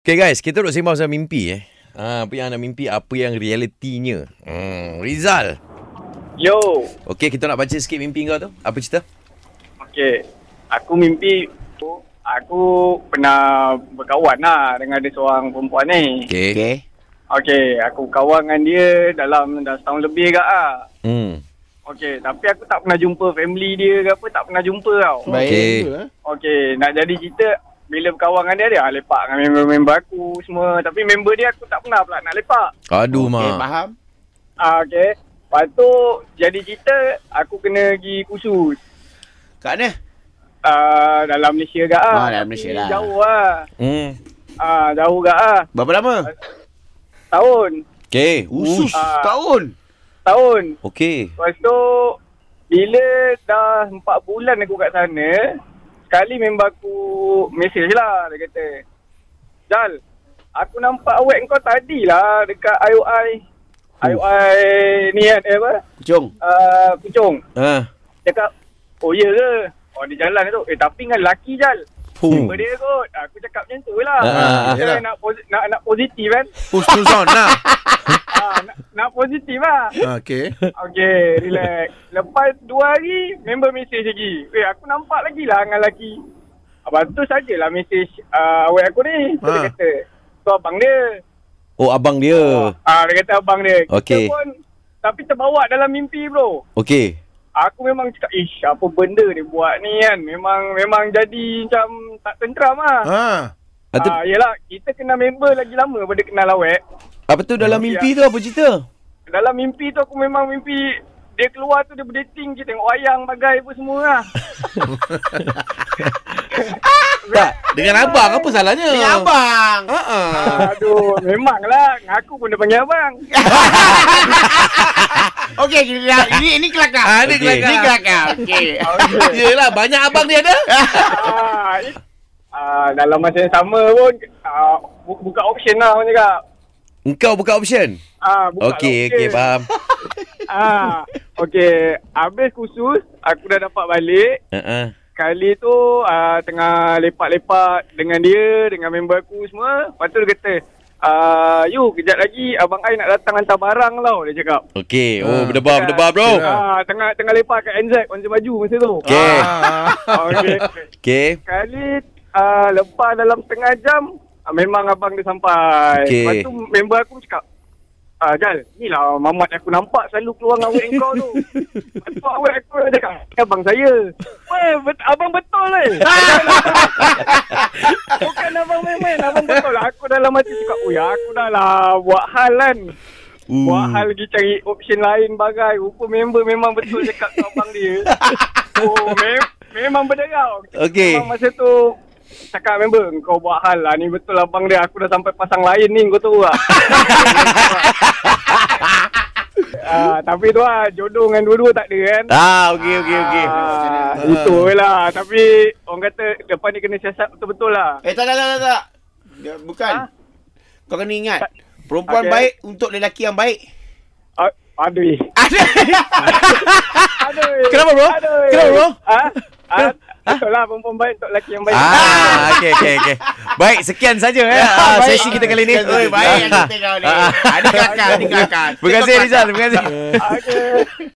Okay guys, kita duduk sembang pasal mimpi apa yang anda mimpi, apa yang realitinya. Rizal. Yo. Okay, kita nak baca sikit mimpi kau tu. Apa cerita? Okay. Aku mimpi aku pernah berkawan lah dengan ada seorang perempuan ni. Okay. Okay, aku kawan dengan dia dah setahun lebih kat lah. Okay, tapi aku tak pernah jumpa family dia ke apa, tak pernah jumpa tau. Okay. Okay, nak jadi cerita, bila berkawan dengan dia lepak dengan member-member aku semua. Tapi member dia aku tak pernah pula nak lepak. Aduh, Okay, mak. faham. Okay. Lepas tu, jadi cerita, aku kena pergi kursus. Kat mana? Dalam Malaysia kat lah. Dalam Malaysia lah. Jauh lah. Jauh kat lah. Berapa lama? Tahun. Okay. Usus, tahun. Okay. Lepas tu, bila dah 4 bulan aku kat sana, sekali member aku mesej lah. Dia kata, Jal, aku nampak awet kau tadi lah dekat IOI. IOI ni kan, apa? Kucung. Puchong. Dia cakap, oh ya ke? Oh, dia jalan tu. Tapi dengan lelaki, Jal. Member dia kot. Aku cakap macam tu lah. Nak positif kan? Husnuzon lah. Nak positif lah. Okay. Okay, relax. Lepas 2 hari, member mesej lagi. Aku nampak lagi lah dengan lelaki. Lepas tu sajalah mesej awet aku ni. Dia kata, tu abang dia. Oh, abang dia. Dia kata abang dia. Okay. Kita pun, tapi terbawa dalam mimpi bro. Okay. Aku memang cakap, apa benda dia buat ni kan. Memang jadi macam tak tenteram lah. Yelah, kita kenal member lagi lama pada kenal awet. Apa tu dalam mimpi tu, apa cerita? Dalam mimpi tu aku memang mimpi dia keluar tu, dia berdating, kita tengok wayang bagai apa semua lah. Tak, dengan abang apa salahnya? Dengan abang. Aduh, memanglah. Aku pun dia panggil abang. Okey, ini kelakar. Ini kelakar. Ini kelakar. Okey. Yelah, banyak abang dia ada. Dalam masa yang sama pun buka option lah orang cakap. Engkau buka option? Buka Okay, option. okay, faham. Okay, habis kursus, aku dah dapat balik. Kali tu tengah lepak-lepak dengan dia, dengan member aku semua. Lepas tu dia kata, you kejap lagi abang Ai nak datang hantar barang tau, dia cakap. Okay, berdebar bro. Tengah lepak kat NZ, Onsen Baju masa tu. Okay. Okay. Kali lepas dalam setengah jam, memang abang dia sampai. Okay. Lepas tu member aku cakap, Jal, ni lah mamat aku nampak selalu keluar dengan awet kau tu. Lepas tu awet aku dia cakap, abang saya. Weh, abang betul Bukan abang main-main, abang betul. Aku dalam hati cakap, aku dah lah buat hal kan. Buat hal lagi cari option lain bagai. Rupa member memang betul cakap tu abang dia. Memang berderau. Okay. Memang masa tu cakap member, kau buat hal lah ni betul abang dia. Aku dah sampai pasang lain ni, kau tahu tak? Tapi tu lah, jodoh dengan dua-dua tak ada kan. Okay. Betul lah. Tapi orang kata depan ni kena siasat betul-betul lah. Tak. Bukan. Kau kena ingat, perempuan baik untuk lelaki yang baik. Aduh. Kenapa bro? Betul lah, perempuan baik untuk lelaki yang baik. Okay. Baik, sekian saja sesi kita kali ni. Baik yang kita kau ni. Ada kelakar. Terima kasih Rizal, terima kasih. Okay.